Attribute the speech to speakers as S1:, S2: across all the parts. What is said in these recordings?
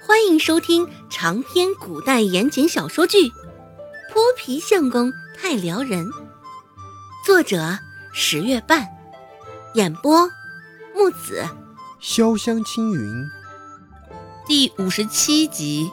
S1: 欢迎收听长篇古代言情小说剧《泼皮相公太撩人》，作者十月半，演播木子
S2: 潇湘青云，
S1: 第57集。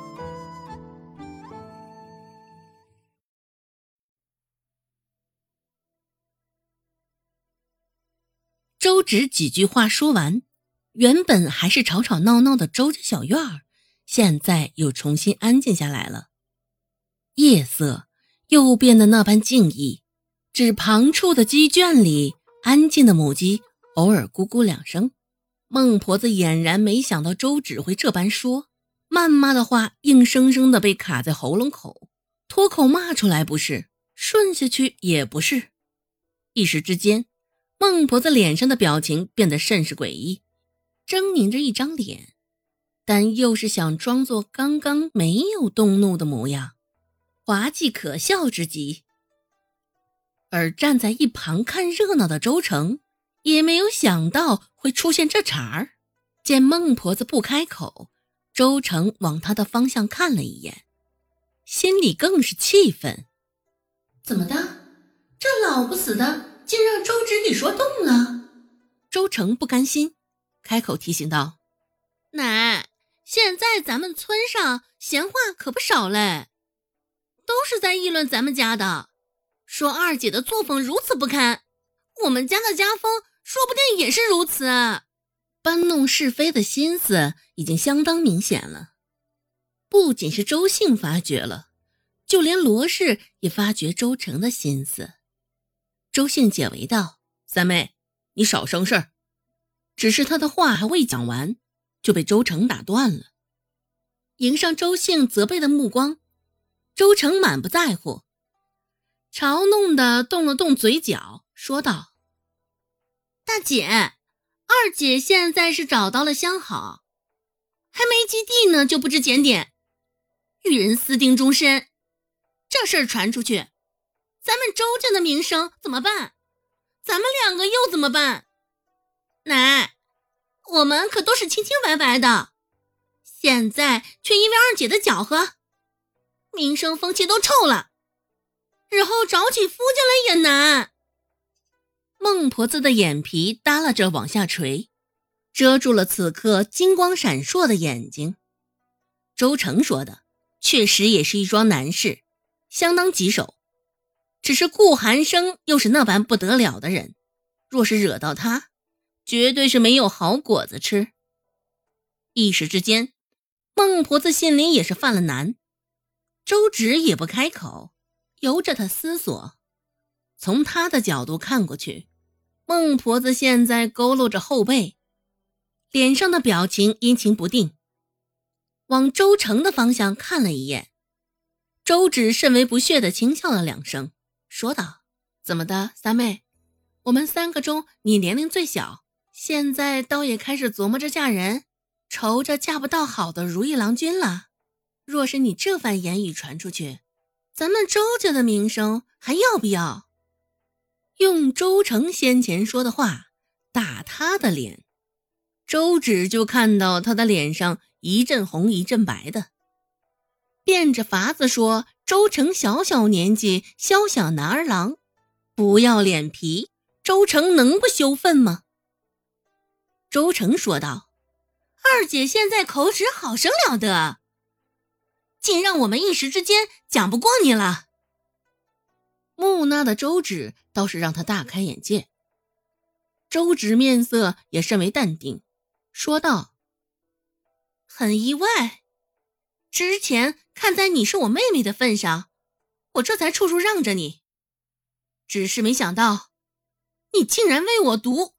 S1: 周芷几句话说完，原本还是吵吵闹闹的周家小院儿，现在又重新安静下来了。夜色又变得那般静谧，只旁处的鸡圈里安静的母鸡偶尔咕咕两声。孟婆子俨然没想到周芷会这般说，谩骂的话硬生生的被卡在喉咙口，脱口骂出来不是，顺下去也不是。一时之间，孟婆子脸上的表情变得甚是诡异，狰狞着一张脸，但又是想装作刚刚没有动怒的模样，滑稽可笑之极。而站在一旁看热闹的周成也没有想到会出现这茬儿，见孟婆子不开口，周成往她的方向看了一眼，心里更是气愤。怎么的，这老不死的竟让周芷给说动了？周成不甘心，开口提醒道：奶，现在咱们村上闲话可不少嘞，都是在议论咱们家的，说二姐的作风如此不堪，我们家的家风说不定也是如此。搬弄是非的心思已经相当明显了，不仅是周姓发觉了，就连罗氏也发觉周成的心思。周姓解围道：三妹，你少生事儿。只是他的话还未讲完，就被周成打断了。迎上周姓责备的目光，周成满不在乎，嘲弄地动了动嘴角，说道：大姐，二姐现在是找到了相好，还没及第呢就不知检点，与人私定终身，这事儿传出去，咱们周家的名声怎么办？咱们两个又怎么办？奶，我们可都是清清白白的，现在却因为二姐的搅和，名声风气都臭了，日后找起夫家来也难。孟婆子的眼皮耷拉着往下垂，遮住了此刻金光闪烁的眼睛。周成说的确实也是一桩难事，相当棘手，只是顾寒生又是那般不得了的人，若是惹到他，绝对是没有好果子吃。一时之间，孟婆子心里也是犯了难，周芷也不开口，由着他思索。从他的角度看过去，孟婆子现在佝偻着后背，脸上的表情阴晴不定，往周成的方向看了一眼。周芷甚为不屑地轻笑了两声，说道：怎么的，三妹，我们三个中你年龄最小，现在倒也开始琢磨着嫁人，愁着嫁不到好的如意郎君了。若是你这番言语传出去，咱们周家的名声还要不要？用周成先前说的话打他的脸，周芷就看到他的脸上一阵红一阵白的，变着法子说周成小小年纪宵小男儿郎，不要脸皮，周成能不羞愤吗？周成说道：二姐现在口齿好生了得，竟让我们一时之间讲不过你了。木讷的周芷倒是让他大开眼界。周芷面色也甚为淡定，说道：很意外，之前看在你是我妹妹的份上，我这才处处让着你，只是没想到你竟然为我毒。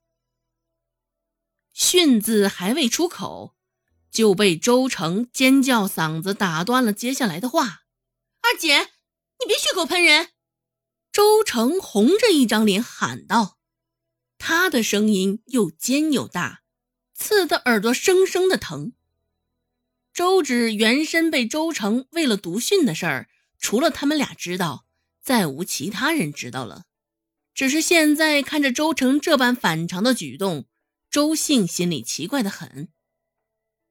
S1: 训字还未出口，就被周成尖叫嗓子打断了接下来的话。二姐，你别血口喷人！周成红着一张脸喊道，他的声音又尖又大，刺得耳朵生生的疼。周芷原身被周成为了毒训的事儿，除了他们俩知道，再无其他人知道了。只是现在看着周成这般反常的举动，周姓心里奇怪得很。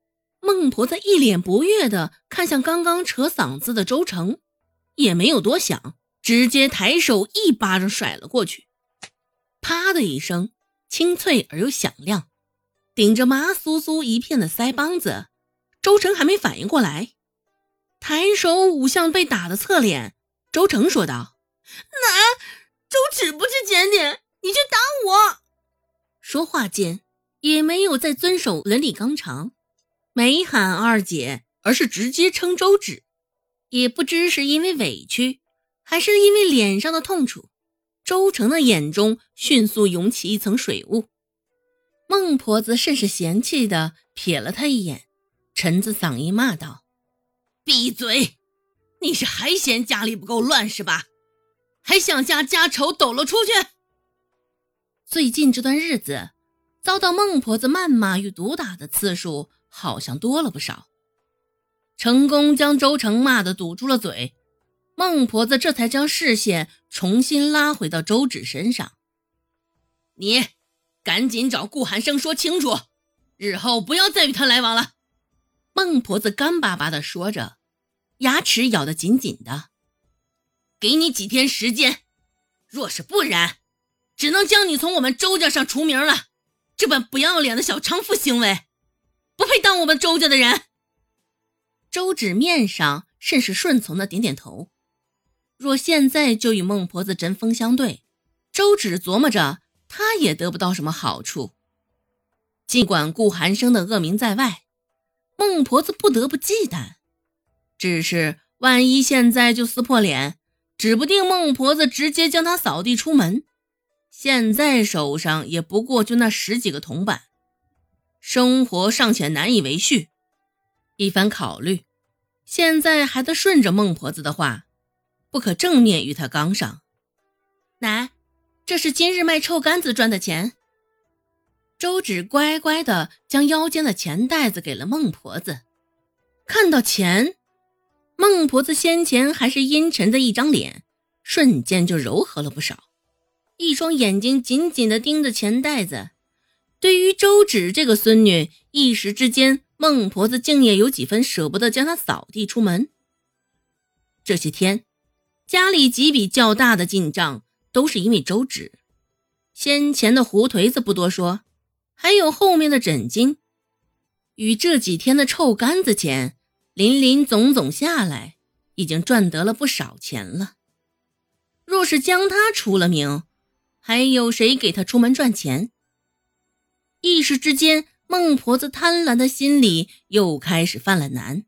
S1: 孟婆子一脸不悦地看向刚刚扯嗓子的周成，也没有多想，直接抬手一巴掌甩了过去。啪的一声，清脆而又响亮，顶着麻酥酥一片的腮帮子，周成还没反应过来，抬手捂向被打的侧脸，周成说道：周芷不是检点，你去打我。说话间也没有再遵守伦理纲常，没喊二姐，而是直接称周芷。也不知是因为委屈还是因为脸上的痛楚，周成的眼中迅速涌起一层水雾。孟婆子甚是嫌弃地瞥了他一眼，沉着嗓音骂道：闭嘴，你是还嫌家里不够乱是吧？还想将家丑抖了出去？最近这段日子遭到孟婆子谩骂与毒打的次数好像多了不少，成功将周成骂得堵住了嘴，孟婆子这才将视线重新拉回到周芷身上。你赶紧找顾寒生说清楚，日后不要再与他来往了。孟婆子干巴巴地说着，牙齿咬得紧紧的。给你几天时间，若是不然，只能将你从我们周家上除名了。这般不要脸的小娼妇行为，不配当我们周家的人。周芷面上甚是顺从的点点头。若现在就与孟婆子针锋相对，周芷琢磨着她也得不到什么好处。尽管顾寒生的恶名在外，孟婆子不得不忌惮，只是万一现在就撕破脸，指不定孟婆子直接将她扫地出门。现在手上也不过就那10几个铜板，生活尚且难以维续。一番考虑，现在还得顺着孟婆子的话，不可正面与她刚上。奶，这是今日卖臭干子赚的钱。周芷乖乖地将腰间的钱袋子给了孟婆子。看到钱，孟婆子先前还是阴沉的一张脸瞬间就柔和了不少，一双眼睛紧紧地盯着钱袋子。对于周芷这个孙女，一时之间孟婆子竟也有几分舍不得将她扫地出门。这些天家里几笔较大的进账都是因为周芷，先前的胡颓子不多说，还有后面的枕巾，与这几天的臭干子钱林总下来，已经赚得了不少钱了。若是将他出了名，还有谁给他出门赚钱？一时之间，孟婆子贪婪的心里又开始犯了难。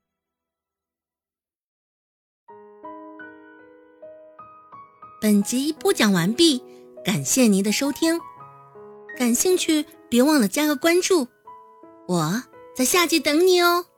S1: 本集播讲完毕，感谢您的收听。感兴趣别忘了加个关注，我在下集等你哦。